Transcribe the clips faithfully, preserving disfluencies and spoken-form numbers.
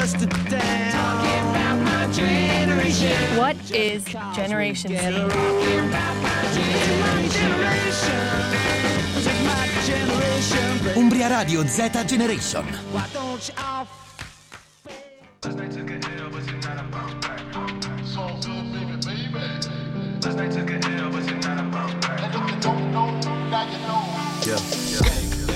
What is Generation Z? Umbria Radio Z Generation. Yeah, yeah.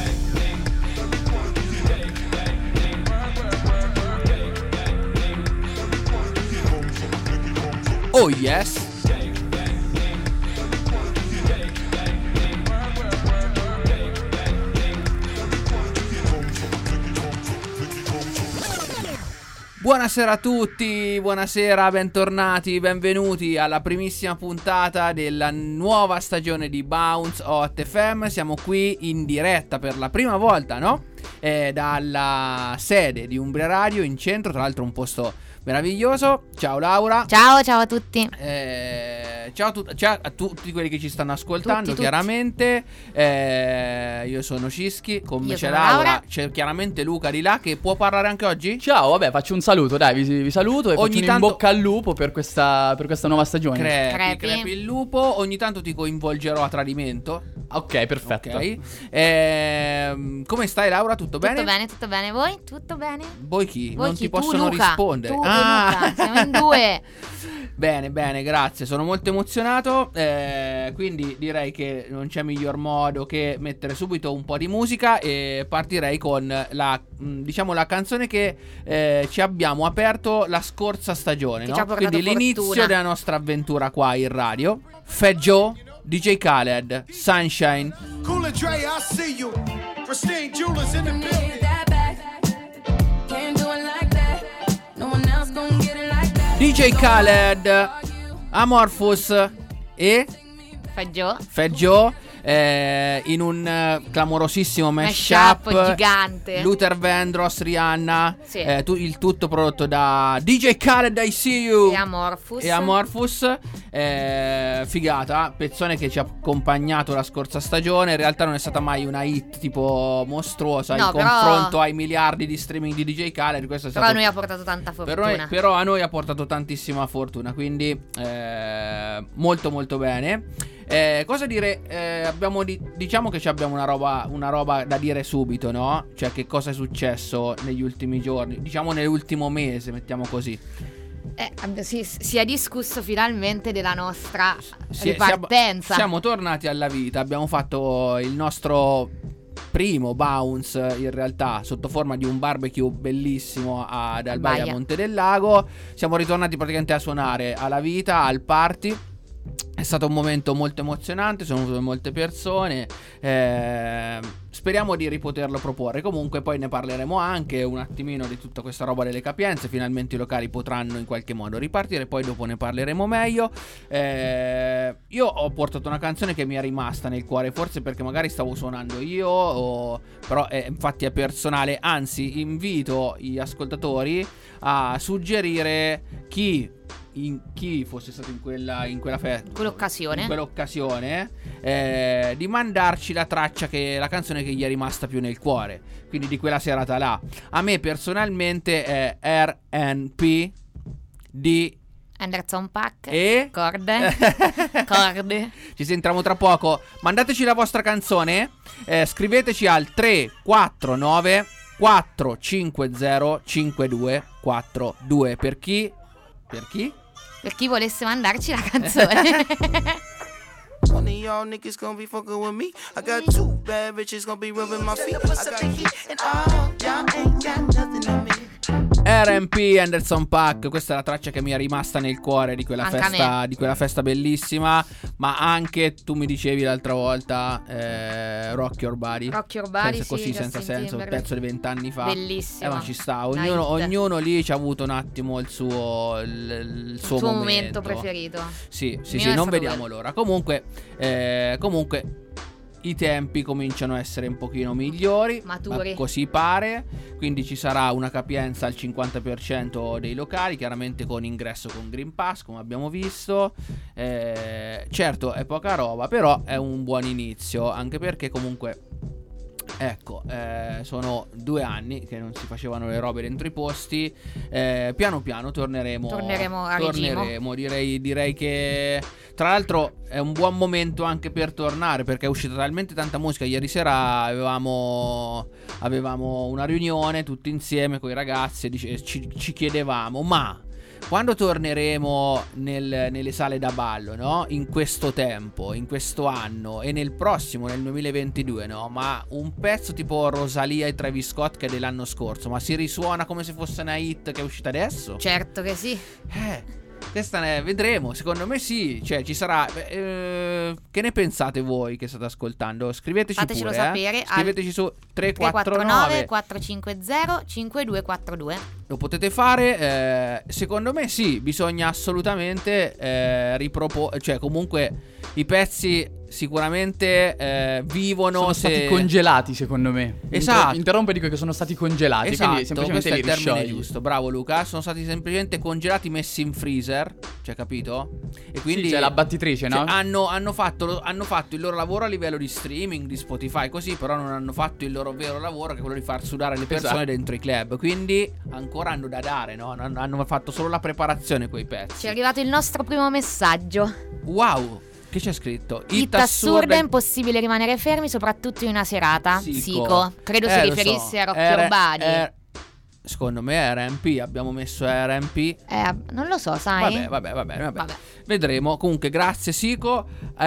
Oh yes. Buonasera a tutti, buonasera, bentornati, benvenuti alla primissima puntata della nuova stagione di Bounce Hot F M. Siamo qui in diretta per la prima volta, no? Eh, dalla sede di Umbria Radio in centro, tra l'altro un posto meraviglioso. Ciao Laura. Ciao, ciao a tutti. Eh, ciao, a tu- ciao a tutti quelli che ci stanno ascoltando, tutti, chiaramente. Eh, io sono Cischi, con me Io c'è sono Laura, Laura. c'è chiaramente Luca di là che può parlare anche oggi. Ciao, vabbè, faccio un saluto, dai, vi, vi saluto e Ogni faccio un tanto- in bocca al lupo per questa, per questa nuova stagione. Crepi, Crepi. crepi il lupo. Ogni tanto ti coinvolgerò a tradimento. Ok, perfetto. Ok. Ehm, come stai Laura? Tutto bene? Tutto bene, tutto bene. Voi? Tutto bene? Voi chi? Voi non chi? ti Tu, possono Luca. rispondere. Tu e Ah! Luca, siamo in due. Bene, bene, grazie. Sono molto emozionato. eh, Quindi direi che non c'è miglior modo che mettere subito un po' di musica. E partirei con la, mh, diciamo, la canzone che eh, ci abbiamo aperto la scorsa stagione, Che no? ci ha portato Quindi l'inizio fortuna. della nostra avventura qua in radio. Fat Joe, D J Khaled, Sunshine. Cool and Dre, I see you. Pristine Jewelers in the building. D J Khaled, Amorphous e Fai Joe. Fat Joe eh, in un eh, clamorosissimo mashup, Mashup gigante. Luther Vandross, Rihanna, Sì. eh, tu- il tutto prodotto da D J Khaled, I See You E Amorphous. e Amorphous. eh, Figata, pezzone che ci ha accompagnato la scorsa stagione. In realtà non è stata mai una hit tipo mostruosa No, in però- confronto ai miliardi di streaming di D J Khaled. Questo è Però stato a noi ha portato tanta per fortuna. noi- però a noi ha portato tantissima fortuna. Quindi eh, molto molto bene. Eh, cosa dire? Eh, abbiamo di- diciamo che ci abbiamo una roba, una roba da dire subito, no? Cioè che cosa è successo negli ultimi giorni, diciamo nell'ultimo mese, mettiamo così. Eh, ab- si, si è discusso finalmente della nostra Si è- ripartenza. Siamo, siamo tornati alla vita. Abbiamo fatto il nostro primo bounce, in realtà sotto forma di un barbecue bellissimo ad Albaia Baia. Monte del Lago. Siamo ritornati praticamente a suonare alla vita, al party. È stato un momento molto emozionante, sono venute molte persone. eh, Speriamo di ripoterlo proporre. Comunque poi ne parleremo anche un attimino di tutta questa roba delle capienze. Finalmente i locali potranno in qualche modo ripartire. Poi dopo ne parleremo meglio. eh, Io ho portato una canzone che mi è rimasta nel cuore, forse perché magari stavo suonando io o... Però è, infatti è personale. Anzi, invito gli ascoltatori a suggerire chi in chi fosse stato in quella in quella festa, In quell'occasione. in quell'occasione eh, di mandarci la traccia che la canzone che gli è rimasta più nel cuore, quindi di quella serata là. A me personalmente è R and P di Anderson Paak. e Corde. Corde. ci sentiamo tra poco. Mandateci la vostra canzone, eh, scriveteci al tre quattro nove quattro cinque zero cinque due quattro due per chi per chi Per chi volesse mandarci la canzone. One of y'all niggas gonna be fucking with me. I got two bad bitches gonna be rubbing my feet. I got heat and all y'all ain't got nothing on me. R and P, Anderson Paak. Questa è la traccia che mi è rimasta nel cuore di quella Anche a festa, me. di quella festa bellissima. Ma anche tu mi dicevi l'altra volta eh, Rock Your Body. Rock Your Body, senza, sì, così Justin senza senso, il Timberlake. pezzo di vent'anni fa. Bellissimo. Eh, ma ci sta. Una Ognuno, hit. ognuno lì ci ha avuto un attimo il suo il, il Il suo, suo momento. momento preferito. Sì, sì, Il sì, mio è non stato vediamo quello. l'ora. Comunque, eh, comunque i tempi cominciano a essere un pochino migliori, Maturi. ma così pare. Quindi ci sarà una capienza al cinquanta per cento dei locali, chiaramente con ingresso con Green Pass, come abbiamo visto. Eh, certo è poca roba, però è un buon inizio, anche perché comunque Ecco, eh, sono due anni che non si facevano le robe dentro i posti. eh, Piano piano torneremo. Torneremo a regime. Torneremo, direi, direi che tra l'altro è un buon momento anche per tornare, perché è uscita talmente tanta musica. Ieri sera avevamo, avevamo una riunione tutti insieme con i ragazzi e dice, ci, ci chiedevamo, ma quando torneremo nel, nelle sale da ballo, no? In questo tempo, in questo anno e nel prossimo, nel duemilaventidue, no? Ma un pezzo tipo Rosalia e Travis Scott che è dell'anno scorso, ma si risuona come se fosse una hit che è uscita adesso? Certo che sì. Eh, questa ne vedremo, secondo me sì, cioè ci sarà. eh, Che ne pensate voi che state ascoltando? Scriveteci Fatecelo pure, sapere eh? Scriveteci su tre tre quattro quattro nove nove quattro cinque zero cinque due quattro due. Lo potete fare, eh, secondo me sì, bisogna assolutamente eh, riproporre, cioè comunque i pezzi sicuramente eh, vivono Sono se... stati congelati, secondo me. Esatto. Inter- interrompo e dico che sono stati congelati. Esatto, quindi semplicemente questo è li il termine risciogli. giusto. Bravo Luca, sono stati semplicemente congelati, messi in freezer, cioè capito? E quindi Sì, c'è la battitrice, cioè, no? hanno, hanno, fatto, lo- hanno fatto il loro lavoro a livello di streaming, di Spotify, così, però non hanno fatto il loro vero lavoro, che è quello di far sudare le persone Esatto. dentro i club. Quindi ancora hanno da dare, no? Hanno, hanno fatto solo la preparazione quei pezzi. Ci è arrivato il nostro primo messaggio. Wow, che c'è scritto? Hit assurda, è impossibile rimanere fermi, soprattutto in una serata. Sico. Sico. Credo Eh, si lo riferisse so. a Rocky Era- Urbani. era- Secondo me è R M P, abbiamo messo R M P. Eh, non lo so, sai? Vabbè, vabbè, vabbè, vabbè. Vabbè. Vedremo. Comunque, grazie Sico.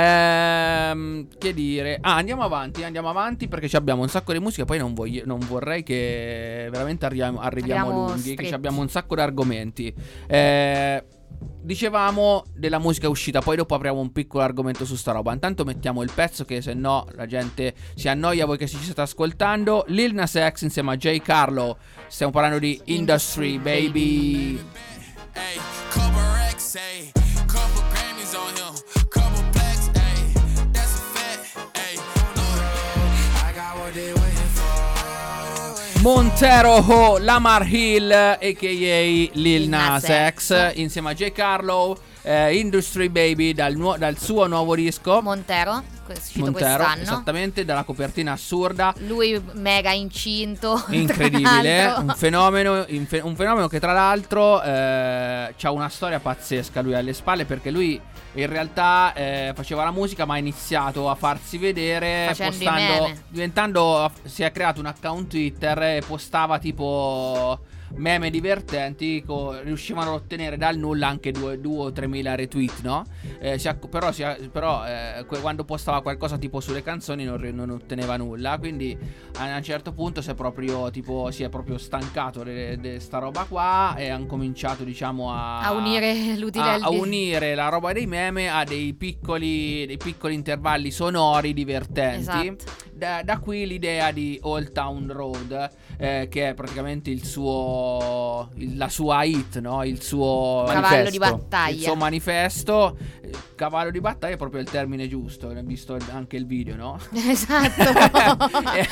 Ehm, che dire? Ah, andiamo avanti, andiamo avanti perché ci abbiamo un sacco di musica. Poi non, voglio, non vorrei che veramente arriviamo, arriviamo Arriviamo lunghi, stretti. che ci abbiamo un sacco di argomenti. Eh, dicevamo della musica uscita, poi dopo apriamo un piccolo argomento su sta roba. Intanto mettiamo il pezzo che se no la gente si annoia, voi che ci state ascoltando. Lil Nas X insieme a J. Carlo. Stiamo parlando di Industry, baby. Ayy, couple racks, ayy, couple Grammys on him, couple blacks, ayy, that's a fact, ayy, look, I got what they waiting for. Montero Ho, Lamar Hill, a k a. Lil Nas Nas X, insieme a J. Carlo, eh, Industry Baby, dal, nuo- dal suo nuovo disco. Montero, que- uscito Montero, quest'anno. esattamente, dalla copertina assurda. Lui mega incinto. tra Incredibile, l'altro. un fenomeno, in fe- un fenomeno che tra l'altro eh, ha una storia pazzesca lui alle spalle, perché lui in realtà eh, faceva la musica ma ha iniziato a farsi vedere Facendo i postando, meme. diventando, si è creato un account Twitter e postava tipo meme divertenti, co- riuscivano ad ottenere dal nulla anche due o tre mila retweet, no? Eh, si acc- però si a- però eh, que- quando postava qualcosa tipo sulle canzoni non, ri- non otteneva nulla, quindi a un certo punto si è proprio tipo si è proprio stancato di sta roba qua e hanno cominciato diciamo a A unire l'utile a, al a di- unire la roba dei meme a dei piccoli dei piccoli intervalli sonori divertenti. Esatto. Da, da qui l'idea di Old Town Road, eh, che è praticamente il suo il- la sua hit, no? Il suo Cavallo di manifesto. battaglia. il suo manifesto. Eh, Cavallo di battaglia è proprio il termine giusto, ne ho visto anche il video, no? Esatto.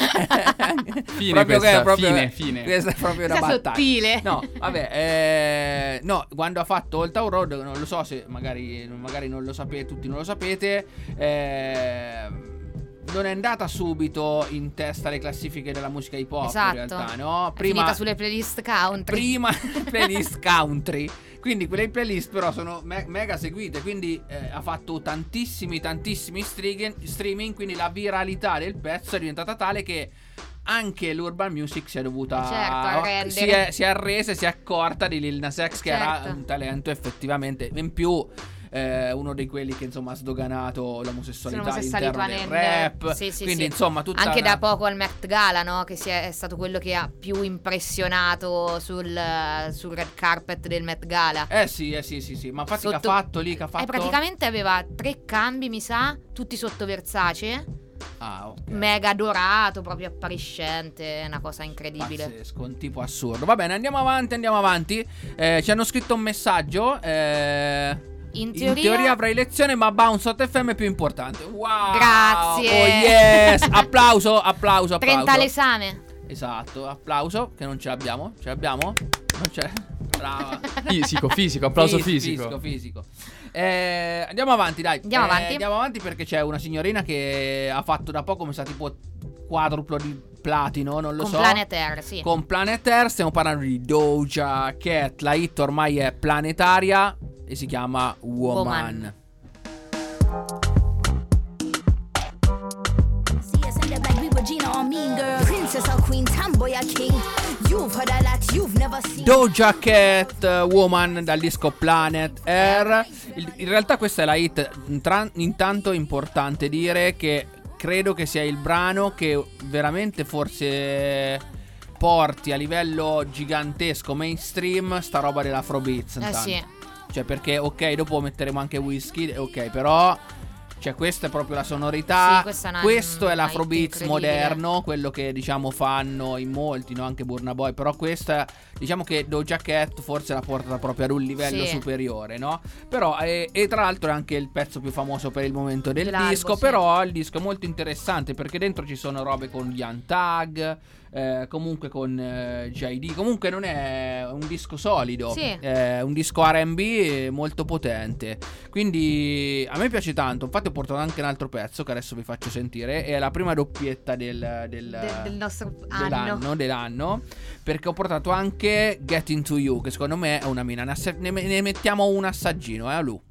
Fine Proprio questa, che è proprio- fine, fine. Questa è proprio una Questa battaglia. sottile. No, vabbè, eh, no, quando ha fatto Old Town Road, non lo so se magari, magari non lo sapete, tutti non lo sapete, eh, non è andata subito in testa alle classifiche della musica hip hop Esatto. in realtà, no? È finita sulle playlist country. prima playlist country. Quindi quelle playlist però sono me- mega seguite. Quindi eh, ha fatto tantissimi tantissimi streaming, streaming. Quindi la viralità del pezzo è diventata tale che anche l'urban music si è dovuta Certo, arrendere. si è, si è arresa e si è accorta di Lil Nas X, che era Certo. un talento effettivamente. In più eh, uno di quelli che insomma ha sdoganato l'omosessualità all'interno del rap. Sì, sì, Quindi sì. insomma tutta anche una- da poco al Met Gala, no? Che si è, è stato quello che ha più impressionato sul, sul red carpet del Met Gala. Eh sì, eh sì, sì, sì. Ma infatti che Sotto- ha fatto lì, che ha fatto Eh, praticamente aveva tre cambi, mi sa, tutti sotto Versace. Ah, ok. Mega dorato, proprio appariscente, una cosa incredibile. Pazzesco, un tipo assurdo. Va bene, andiamo avanti, andiamo avanti. Eh, ci hanno scritto un messaggio. Eh, In teoria, in teoria avrai lezione, ma Bounce otto F M è più importante. Wow! Grazie. Oh yes! Applauso, applauso, applauso. trenta all'esame. Esatto, applauso, che non ce l'abbiamo. Ce l'abbiamo? Non c'è. Brava. Fisico, fisico, applauso Fis- fisico. Fisico, fisico. Eh, andiamo avanti, dai. Andiamo Eh, avanti. Andiamo avanti perché c'è una signorina che ha fatto da poco, mi sa tipo quadruplo di platino, non lo Con so. Planet Air, sì. Con Planet Air stiamo parlando di Doja Cat. La hit ormai è planetaria e si chiama Woman. Woman. Doja Cat, Woman, dal disco Planet Air. Il- In realtà questa è la hit. Intra- Intanto è importante dire che credo che sia il brano che veramente forse porti a livello gigantesco mainstream sta roba dell'Afrobeats. Eh intanto. sì. Cioè, perché ok, dopo metteremo anche Wizkid, ok, però cioè questa è proprio la sonorità. Sì, questa è una- questo è una hit l'Afrobeats incredibile. moderno, quello che diciamo fanno in molti, no? Anche Burna Boy. Però questa, diciamo che Doja Cat forse l'ha portata proprio ad un livello Sì. superiore, no? Però e, e tra l'altro è anche il pezzo più famoso per il momento del Dell'album, disco. sì. Però il disco è molto interessante perché dentro ci sono robe con Young Thug, eh, comunque con eh, J D. Comunque non è un disco solido, Sì. è un disco R and B molto potente. Quindi a me piace tanto. Infatti ho portato anche un altro pezzo che adesso vi faccio sentire. È la prima doppietta del, del, Del, del nostro anno. dell'anno, dell'anno, perché ho portato anche Get Into You, che secondo me è una mina. Ne, asse- ne- ne mettiamo un assaggino, eh, a Lu.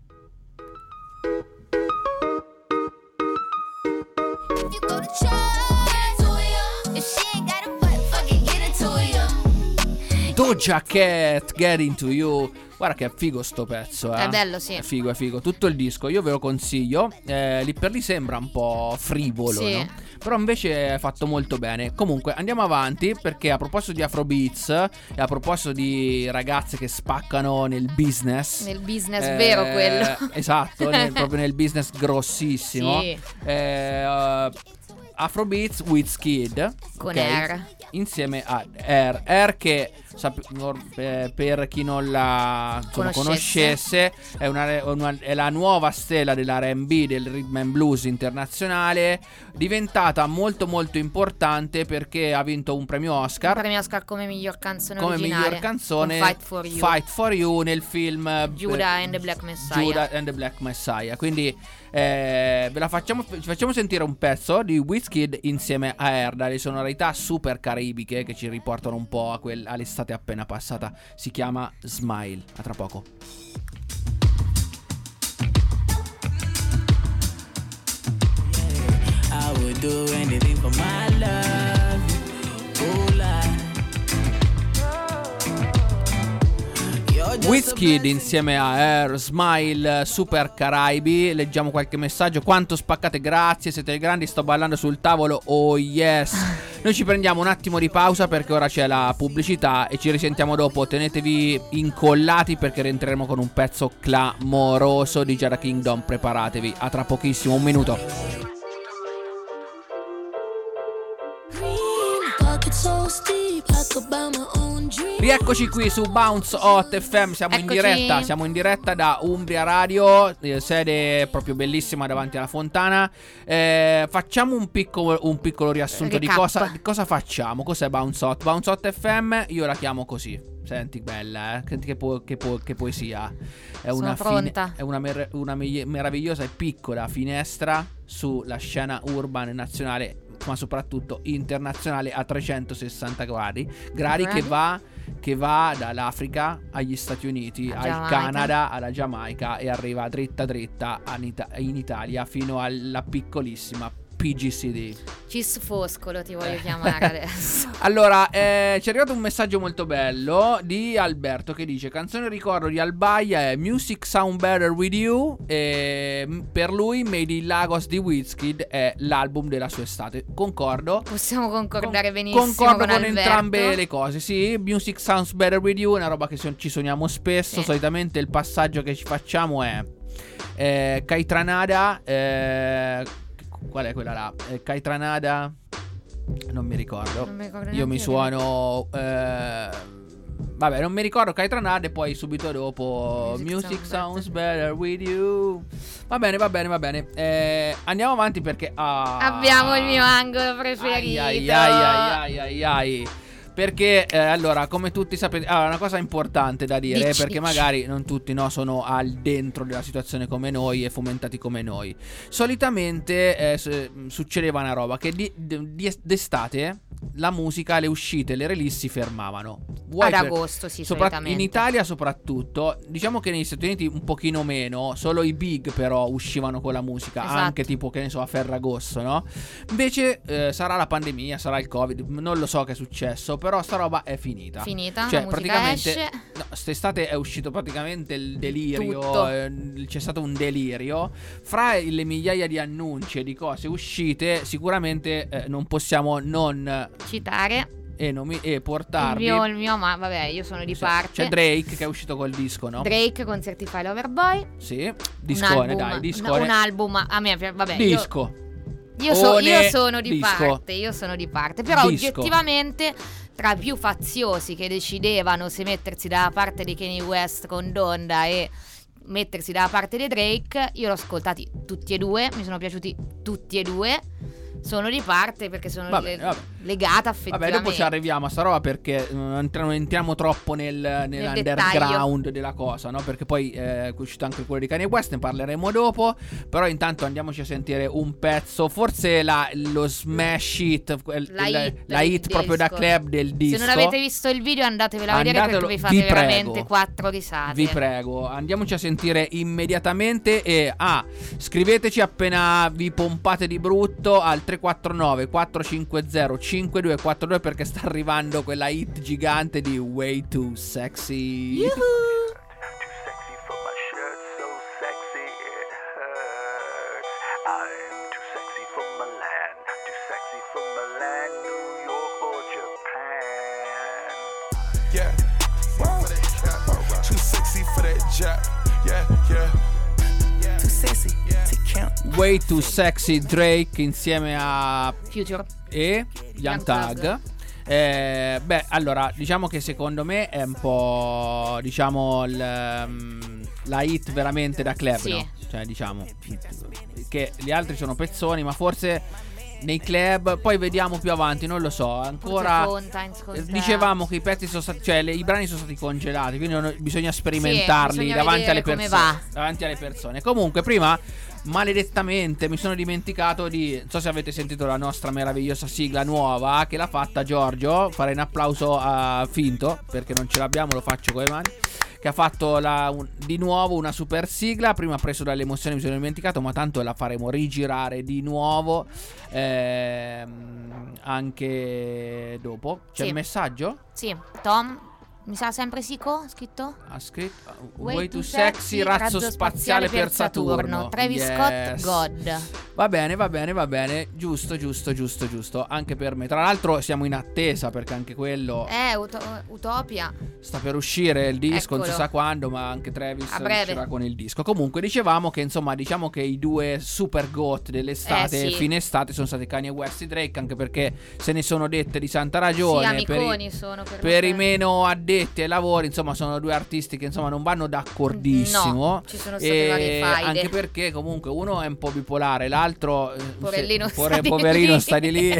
Doja Cat, Get Into You. Guarda che è figo sto pezzo, eh. È bello, sì. È figo, è figo. Tutto il disco, io ve lo consiglio. Eh, lì per lì sembra un po' frivolo, Sì. no? Però invece è fatto molto bene. Comunque andiamo avanti, perché a proposito di Afrobeats e a proposito di ragazze che spaccano nel business, Nel business eh, vero quello. Esatto, nel- proprio nel business grossissimo. Sì. Eh, uh, Afrobeats Wizkid Con ok? Air. Insieme a Air. Air che sap- eh, per chi non la insomma, Conoscesse. conoscesse è, una- una- è la nuova stella dell'R and B, del rhythm and blues internazionale, diventata molto molto importante perché ha vinto un premio Oscar Un premio Oscar come miglior canzone come originale. miglior canzone, con Fight for You. Fight for You nel film eh, Judah and the Black Messiah. Judah and the Black Messiah. Quindi eh, ve la facciamo, ci facciamo sentire un pezzo di Wizkid insieme a Air, dalle sonorità super caribiche che ci riportano un po' a quel, all'estate appena passata. Si chiama Smile. A tra poco. I would do anything for my love. Oh, lie. You're just a Wizkid insieme a Air, Smile, Super Caraibi. Leggiamo qualche messaggio. Quanto spaccate, grazie, siete grandi, sto ballando sul tavolo, oh yes. Noi ci prendiamo un attimo di pausa perché ora c'è la pubblicità e ci risentiamo dopo. Tenetevi incollati perché rientreremo con un pezzo clamoroso di Jada Kingdom. Preparatevi, a tra pochissimo, un minuto. Rieccoci qui su Bounce Hot F M, siamo in Eccoci. diretta, siamo in diretta da Umbria Radio, eh, sede proprio bellissima davanti alla fontana. Eh, facciamo un piccolo, un piccolo riassunto di Recap. cosa, di cosa facciamo. Cos'è Bounce Hot? Bounce Hot F M, io la chiamo così. Senti, bella, eh? Che, che, po- che, po- che poesia. È Sono una, pronta. è una, mer- una me- meravigliosa e piccola finestra sulla scena urban nazionale, ma soprattutto internazionale a trecentosessanta gradi, gradi che Gradi. va, che va dall'Africa agli Stati Uniti, La al Giamaica. Canada, alla Giamaica e arriva dritta dritta an Ita- in Italia fino alla piccolissima P G C D. Cis Foscolo ti voglio chiamare adesso. Allora, eh, ci è arrivato un messaggio molto bello di Alberto che dice: canzone ricordo di Albaia è Music Sound Better With You, e m- per lui Made in Lagos di Wizkid è l'album della sua estate. Concordo. Possiamo concordare Con- benissimo Concordo con, con, Alberto. entrambe le cose. Sì, Music Sounds Better With You è una roba che so- ci sogniamo spesso. Sì. Solitamente il passaggio che ci facciamo è eh, Kaitranada, eh, qual è quella là? Eh, Kaitranada, non mi ricordo. Non mi ricordo Io mi neanche io. suono eh, vabbè, non mi ricordo Kaitranada e poi subito dopo Music Music, Sounds Sounds Better With You. Va bene, va bene, va bene. Eh, andiamo avanti perché ah, Abbiamo il mio angolo preferito. Ai ai ai ai ai ai ai. Perché eh, allora, come tutti sapete, allora, una cosa importante da dire, Dici, perché dici. magari non tutti no, sono al dentro della situazione come noi e fomentati come noi. Solitamente eh, su- succedeva una roba che di- di- d'estate la musica, le uscite, le release si fermavano. Vuoi Ad per- agosto, sì, sopra- solitamente. in Italia soprattutto, diciamo che negli Stati Uniti un pochino meno, solo i big però uscivano con la musica, Esatto. anche tipo, che ne so, a Ferragosto, no? Invece eh, sarà la pandemia, sarà il Covid, non lo so che è successo, però sta roba è finita. Finita, Cioè, la musica praticamente esce. no, quest'estate è uscito praticamente il delirio, Tutto. eh, c'è stato un delirio fra le migliaia di annunci e di cose uscite. Sicuramente eh, non possiamo non Citare e, nomi- e il portarvi. mio, il mio, ma vabbè, io sono di C'è- parte. C'è Drake che è uscito col disco, no? Drake con Certified Lover Boy. Sì, un discone, album, dai, un- discone. Un album, a me piace, vabbè. io- Disco. Io, so- One io sono di disco. parte, io sono di parte. Però Disco. oggettivamente, tra i più faziosi che decidevano se mettersi dalla parte di Kanye West con Donda e mettersi dalla parte di Drake, io l'ho ascoltati tutti e due, mi sono piaciuti tutti e due. Sono di parte perché sono Vabbè, le- vabbè. legata affettivamente. Vabbè, dopo ci arriviamo a sta roba perché eh, non entriamo, non entriamo troppo nel, nell'underground della cosa, no? Perché poi eh, è uscito anche quello di Kanye West, ne parleremo dopo. Però intanto andiamoci a sentire un pezzo, forse la, lo smash hit, quel- La il- hit la del hit proprio da disco. club del disco. Se non avete visto il video andatevela a vedere Andatelo, perché vi fate vi prego. veramente quattro risate. Vi prego, andiamoci a sentire immediatamente e ah, scriveteci appena vi pompate di brutto al tre quattro nove quattro cinque zero cinque due quattro due perché sta arrivando quella hit gigante di Way Too Sexy. Too sexy for my shirt, so sexy it hurts. I'm too sexy for Milan, too sexy for Milan, New York or Japan. Yeah. Too sexy for that jack. Yeah, yeah. Too sexy to count. Way Too Sexy, Drake insieme a Future. e Young Thug. Eh, beh, allora, diciamo che secondo me è un po', diciamo, il, um, la hit veramente da club, Sì. no? Cioè, diciamo che gli altri sono pezzoni, ma forse nei club, poi vediamo più avanti, non lo so, ancora. Forse Fontaine's con eh, te. Dicevamo che i pezzi sono stati, cioè le- i brani sono stati congelati, quindi non- bisogna sperimentarli bisogna davanti alle vedere come persone. va. Davanti alle persone. Comunque, prima maledettamente mi sono dimenticato di, non so se avete sentito la nostra meravigliosa sigla nuova che l'ha fatta Giorgio. Farei un applauso a finto perché non ce l'abbiamo, lo faccio con le mani. Che ha fatto la, un- di nuovo una super sigla. Prima preso dalle emozioni mi sono dimenticato, ma tanto la faremo rigirare di nuovo ehm, anche dopo. C'è Sì. il messaggio? Sì, Tom, mi sa sempre Sico, scritto? Ha scritto Way Way Too Too Sexy, razzo spaziale per Saturno. Travis Yes. Scott, God. Va bene, va bene, va bene. Giusto, giusto, giusto, giusto. Anche per me. Tra l'altro siamo in attesa perché anche quello Eh, Uto- Utopia. sta per uscire il disco, non si Eccolo. sa quando, ma anche Travis A breve. uscirà con il disco. Comunque dicevamo che insomma, diciamo che i due super goat dell'estate, Eh, sì. fine estate, sono stati Kanye West e Drake, anche perché se ne sono dette di santa Sì, ragione. per i- amiconi sono per, Per i me. meno addetti ai lavori, insomma, sono due artisti che insomma non vanno d'accordissimo. No, ci sono state varie faide. Anche perché comunque uno è un po' bipolare, l'altro eh, Poverino se- sta pore- di poverino lì. sta di lì.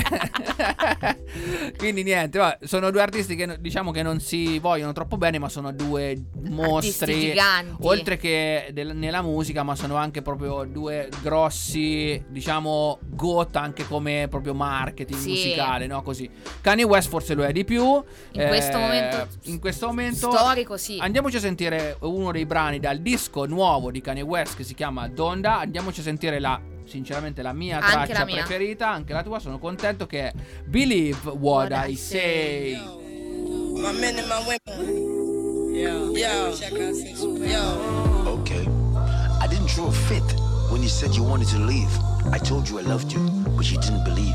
Quindi niente, va, sono due artisti che no- diciamo che non si vogliono troppo bene, ma sono due mostri giganti. oltre che del- nella musica, ma sono anche proprio due grossi, diciamo, goat anche come proprio marketing Sì. musicale, no? Così. Kanye West forse lo è di più. In questo momento in questo momento storico, sì. Andiamoci a sentire uno dei brani dal disco nuovo di Kanye West che si chiama Donda. Andiamoci a sentire la, sinceramente, la mia Anche traccia la mia. preferita, anche la tua. Sono contento che è Believe What, I Say. My men and my women. Yo, yo, check out six. Yo. Okay. I didn't throw a fit when you said you wanted to leave. I told you I loved you, but you didn't believe.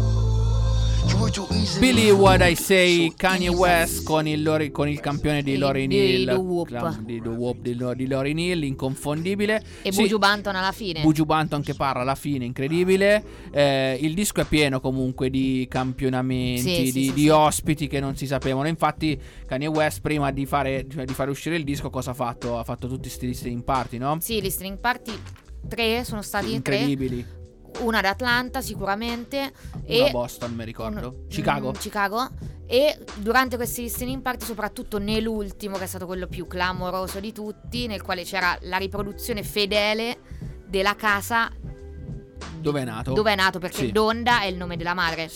You were too easy. Believe What I Say, Kanye West con il, Lori- con il campione di Di- Lauryn di Hill, The Whoop. Clam- di The Whoop di, Lo- di Lauryn Hill, inconfondibile. E Sì, Buju Banton alla fine. Buju Banton che parla alla fine, incredibile. Eh, il disco è pieno comunque di campionamenti, Sì, sì, di, sì, di sì. ospiti che non si sapevano. Infatti Kanye West prima di fare, cioè, di fare uscire il disco cosa ha fatto? Ha fatto tutti sti listening party, no? Sì, gli string party tre sono stati tre. Incredibili. Una ad Atlanta sicuramente. Una E a Boston, mi ricordo. un- Chicago. mm, Chicago. E durante questi listening party, soprattutto nell'ultimo, che è stato quello più clamoroso di tutti, nel quale c'era la riproduzione fedele della casa Dove è nato? dove è nato, perché Sì. Donda è il nome della madre. Sì.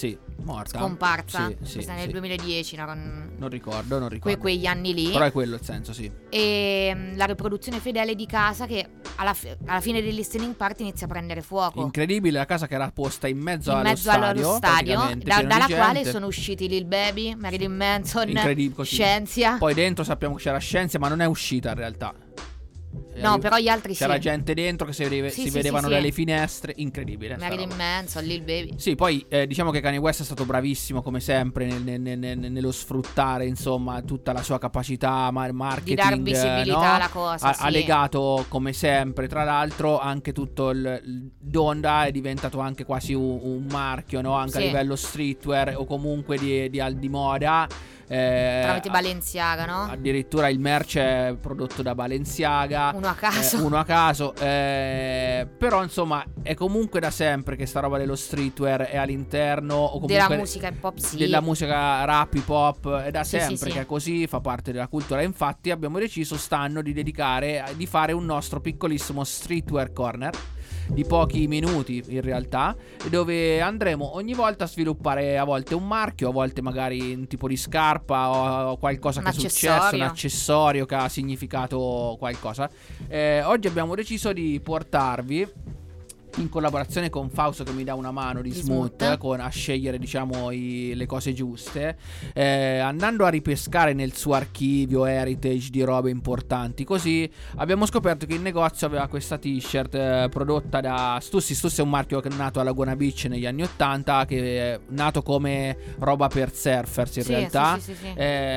Morta? scomparsa. Sì, sì, questa nel sì. duemiladieci, no, con Non ricordo, non que- ricordo. quegli anni lì. Però è quello il senso, sì. E mm, la riproduzione fedele di casa che alla, fi- alla fine del listening party inizia a prendere fuoco. Incredibile, la casa che era posta in mezzo, In allo, mezzo allo stadio, stadio, praticamente, da- pieno di dalla gente. quale sono usciti Lil Baby, Marilyn Manson, Incredibile, così. Scienzia. Poi dentro sappiamo che c'era Scienzia, ma non è uscita in realtà. No, però gli altri C'era sì. gente dentro che si, vedeva- Sì, si sì, vedevano sì, sì. dalle finestre. Incredibile. sta Marilyn roba. Manson, Lil Baby. Sì, poi eh, diciamo che Kanye West è stato bravissimo come sempre nel- nel- nel- nel- nello sfruttare insomma tutta la sua capacità ma- marketing, Di dar visibilità no? alla cosa, ha, sì. ha legato come sempre, tra l'altro anche tutto il, il Donda è diventato anche quasi un, un marchio, no? Anche Sì. a livello streetwear o comunque di, di, al- di moda. eh, Tramite Balenciaga, no? Addirittura il merch è prodotto da Balenciaga. Uno a caso. eh, uno a caso eh, Però insomma è comunque da sempre che sta roba dello streetwear è all'interno o comunque Della musica hip hop, sì. della musica rap hip hop. È da Sì, sempre sì, sì. che è così, fa parte della cultura. Infatti abbiamo deciso stanno di dedicare di fare un nostro piccolissimo streetwear corner di pochi minuti in realtà, dove andremo ogni volta a sviluppare a volte un marchio, a volte magari un tipo di scarpa o, o qualcosa Un che è successo, accessorio. un accessorio che ha significato qualcosa. Eh, oggi abbiamo deciso di portarvi, in collaborazione con Fausto che mi dà una mano di Di Smooth, Smooth. con, a scegliere diciamo i- le cose giuste, eh, andando a ripescare nel suo archivio heritage di robe importanti. Così abbiamo scoperto che il negozio aveva questa t-shirt eh, prodotta da Stussi. Stussi è un marchio che è nato a Laguna Beach negli anni ottanta, che è nato come roba per surfers in Sì, realtà. sì, sì, sì, sì.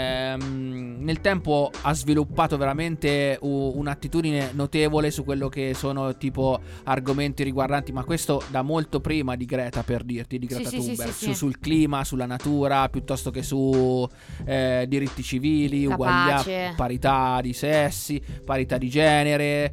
Ehm, nel tempo ha sviluppato veramente u- un'attitudine notevole su quello che sono tipo argomenti riguardanti, ma questo da molto prima di Greta, per dirti, di Greta Sì, sì, sì, Thunberg, sì, su- sì. sul clima, sulla natura, piuttosto che su eh, diritti civili, La uguaglia- pace. parità di sessi, parità di genere,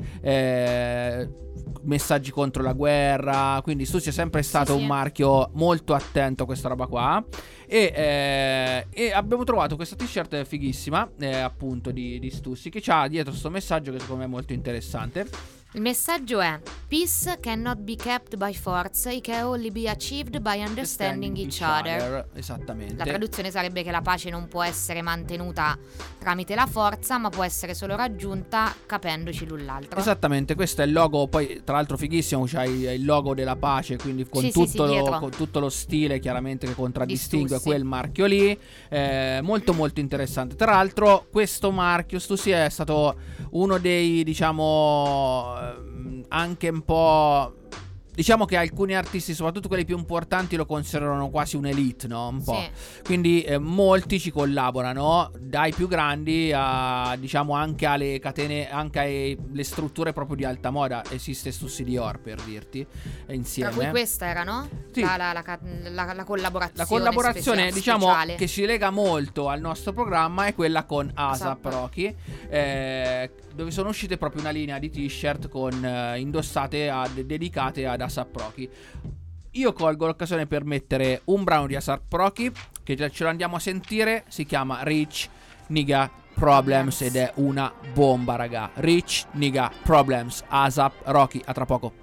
eh, messaggi contro la guerra. Quindi Stussi è sempre stato sì. un marchio molto attento a questa roba qua. E, eh, e abbiamo trovato questa t-shirt fighissima, eh, appunto di, di Stussi, che ha dietro questo messaggio che secondo me è molto interessante. Il messaggio è: Peace cannot be kept by force, it can only be achieved by understanding each other. Esattamente. La traduzione sarebbe che la pace non può essere mantenuta tramite la forza, ma può essere solo raggiunta capendoci l'un l'altro. Esattamente, questo è il logo, poi tra l'altro fighissimo, c'hai il logo della pace, quindi con, Sì, sì, tutto, sì, lo, dietro. con tutto lo stile chiaramente che contraddistingue Stussi. quel marchio lì, eh, molto molto interessante. Tra l'altro questo marchio Stussi è stato uno dei, diciamo, ehm, anche un po'... Diciamo che alcuni artisti, soprattutto quelli più importanti, lo considerano quasi un'elite, no? Un po'. Sì. Quindi eh, molti ci collaborano, dai più grandi a, diciamo, anche alle catene, anche alle strutture proprio di alta moda. Esiste Stussi Dior, per dirti, Tra insieme. cui questa era, no? Sì. La, la, la, la- la collaborazione. La collaborazione, specia- diciamo, speciale. che si lega molto al nostro programma è quella con ASAP ASAP. Rocky, eh, dove sono uscite proprio una linea di t-shirt con eh, indossate a- dedicate ad ASAP Rocky. Io colgo l'occasione per mettere un brano di ASAP Rocky che già ce lo andiamo a sentire. Si chiama Rich Nigga Problems ed è una bomba, raga. Rich Nigga Problems, ASAP Rocky. A tra poco.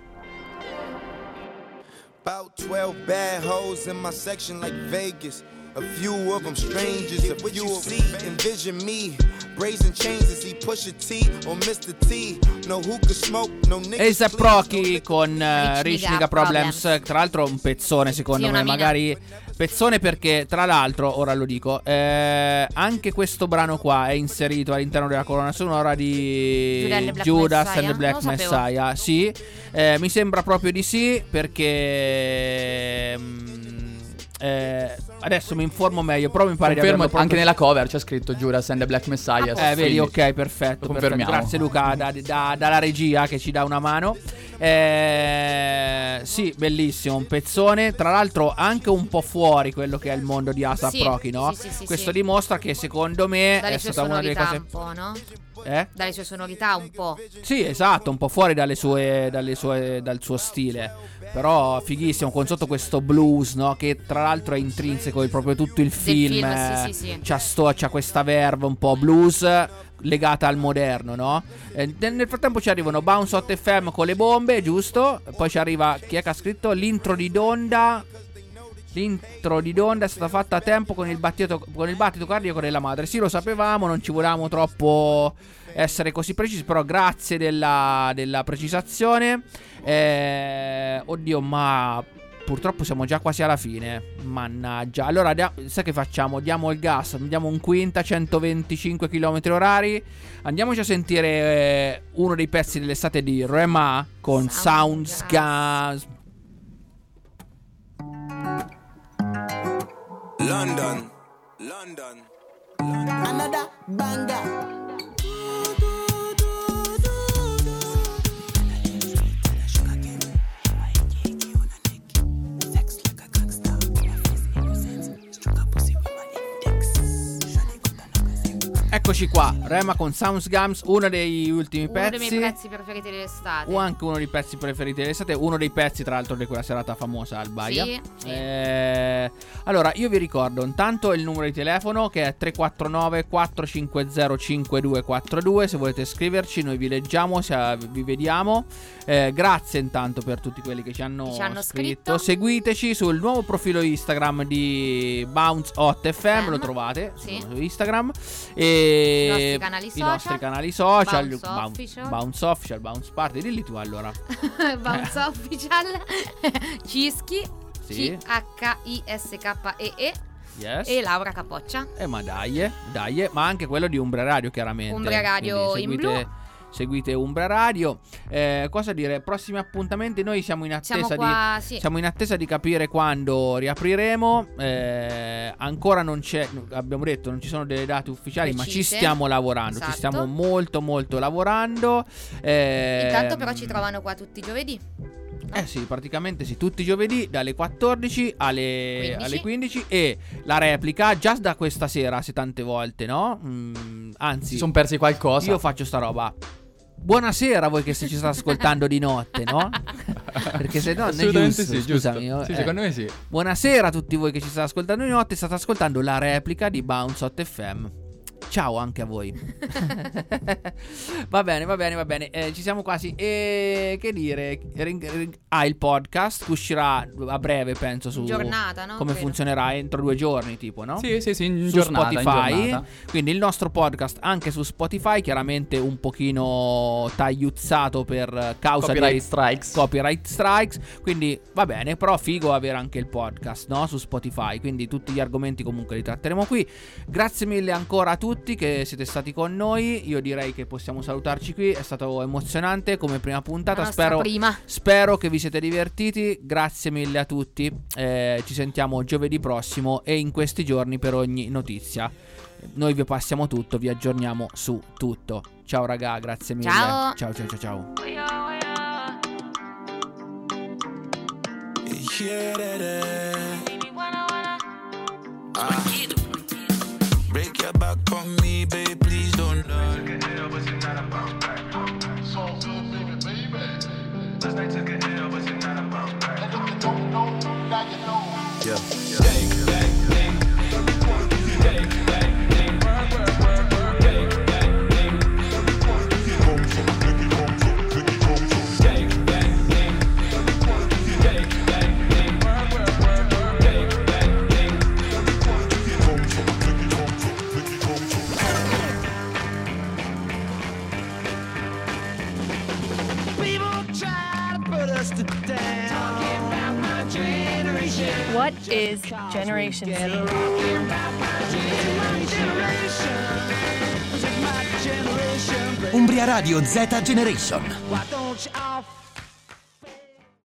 About twelve bad hoes in my section like Vegas. A few of them strangers, a few of them envision me. Brazen chains as he push a T or mister T. No who could smoke, no niggas. ASAP Rocky con eh, Rich Rich Nigga Nigga Problems. Problems. Tra l'altro un pezzone secondo Sì, me. una mina. Magari pezzone perché tra l'altro, ora lo dico, eh, anche questo brano qua è inserito all'interno della colonna sonora di Judas and the Black Judas Messiah? and the Black Non lo sapevo. Messiah. Sì, eh, mi sembra proprio di sì perché... mm, eh, adesso mi informo meglio, però mi pare di Confermo, averlo proprio... anche nella cover c'è scritto Judas and the Black Messiah. Eh, vedi, quindi ok, perfetto, perfetto. confermiamo. Grazie Luca da- da- dalla regia che ci dà una mano. Eh, sì, bellissimo, un pezzone. Tra l'altro anche un po' fuori quello che è il mondo di ASAP Sì, Rocky, no? sì, sì, sì, Questo sì. dimostra che secondo me Dalle è sue stata una delle sonorità cose... un po', no? Eh? Dalle sue sonorità un po'. Sì, esatto, un po' fuori dalle sue, dalle sue, dal suo stile. Però fighissimo, con sotto questo blues, no? Che tra l'altro è intrinseco in proprio tutto il film. film, eh, sì, sì, sì. C'ha, sto, c'ha questa verve un po' blues legata al moderno, no? Eh, nel nel frattempo ci arrivano Bounce Hot F M con le bombe, giusto? Poi ci arriva, chi è che ha scritto? L'intro di Donda. L'intro di Donda è stata fatta a tempo con il battito, con il battito cardiaco della madre. Sì, lo sapevamo, non ci volevamo troppo essere così precisi, però grazie della, della precisazione. eh, Oddio, ma purtroppo siamo già quasi alla fine. Mannaggia. Allora, dia- sai che facciamo? Diamo il gas, diamo un quinta, centoventicinque chilometri orari. Andiamoci a sentire eh, uno dei pezzi dell'estate di Rema con Sounds Gas. London, London, another banger. Eccoci qua, Rema con Sounds Gums, uno dei ultimi Uno pezzi. dei miei pezzi preferiti dell'estate. O anche uno dei pezzi preferiti dell'estate. Uno dei pezzi, tra l'altro, di quella serata famosa al Baia. Sì, sì. Eh, allora, io vi ricordo intanto il numero di telefono, che è tre quattro nove quattro cinque zero cinque due quattro due. Se volete scriverci, noi vi leggiamo, se, vi vediamo. eh, Grazie intanto per tutti quelli che ci hanno, ci hanno scritto. scritto. Seguiteci sul nuovo profilo Instagram di Bounce Hot F M. Lo trovate Sì. su Instagram. E I nostri canali i social. nostri canali social, Bounce Boun- Official. Bounce Official, Bounce Party. Dilli tu allora. Bounce Official. Cischi. Sì. C H I S K E E. Yes. E Laura Capoccia. Eh ma dai, eh, dai, eh, ma anche quello di Umbria Radio, chiaramente. Umbria Radio Quindi in seguite, blu. Seguite Umbria Radio. eh, Cosa dire? Prossimi appuntamenti. Noi siamo in attesa Siamo qua, di sì. Siamo in attesa di capire quando riapriremo. eh, Ancora non c'è, abbiamo detto, non ci sono delle date ufficiali, ma ci Precise. stiamo lavorando. Esatto. Ci stiamo molto molto lavorando. eh, Intanto però ci trovano qua tutti i giovedì. Eh sì, praticamente sì, tutti i giovedì dalle quattordici alle quindici. alle quindici. E la replica già da questa sera, se tante volte, no? Mm, anzi, Si sono persi qualcosa. io faccio sta roba. Buonasera a voi che ci state ascoltando di notte, no? Perché se no non è Assolutamente giusto, sì, giusto. scusami, io- Sì, eh. secondo me sì. Buonasera a tutti voi che ci state ascoltando di notte. State ascoltando la replica di Bounce Hot F M. Ciao anche a voi. Va bene, va bene, va bene. Eh, ci siamo quasi. E che dire? Ring- ring- ah, il podcast che uscirà a breve, penso. Su Giornata, no? come Credo. funzionerà entro due giorni, tipo, no? Sì, sì, sì, in Su giornata, in Spotify. giornata. Quindi il nostro podcast anche su Spotify, chiaramente un pochino tagliuzzato per causa Copyright di strikes. copyright strikes. Quindi va bene, però figo avere anche il podcast, no? Su Spotify. Quindi tutti gli argomenti comunque li tratteremo qui. Grazie mille ancora a tutti che siete stati con noi. Io direi che possiamo salutarci qui. È stato emozionante come prima puntata. La nostra Spero, prima. spero che vi siete divertiti. Grazie mille a tutti. Eh, ci sentiamo giovedì prossimo e in questi giorni per ogni notizia. Noi vi passiamo tutto, vi aggiorniamo su tutto. Ciao raga, grazie mille. Ciao. Ciao ciao ciao ciao. Ah. Break your back on me, babe, please don't lie. Yeah. What is Generation Z? Umbria Radio Z Generation. Why don't you all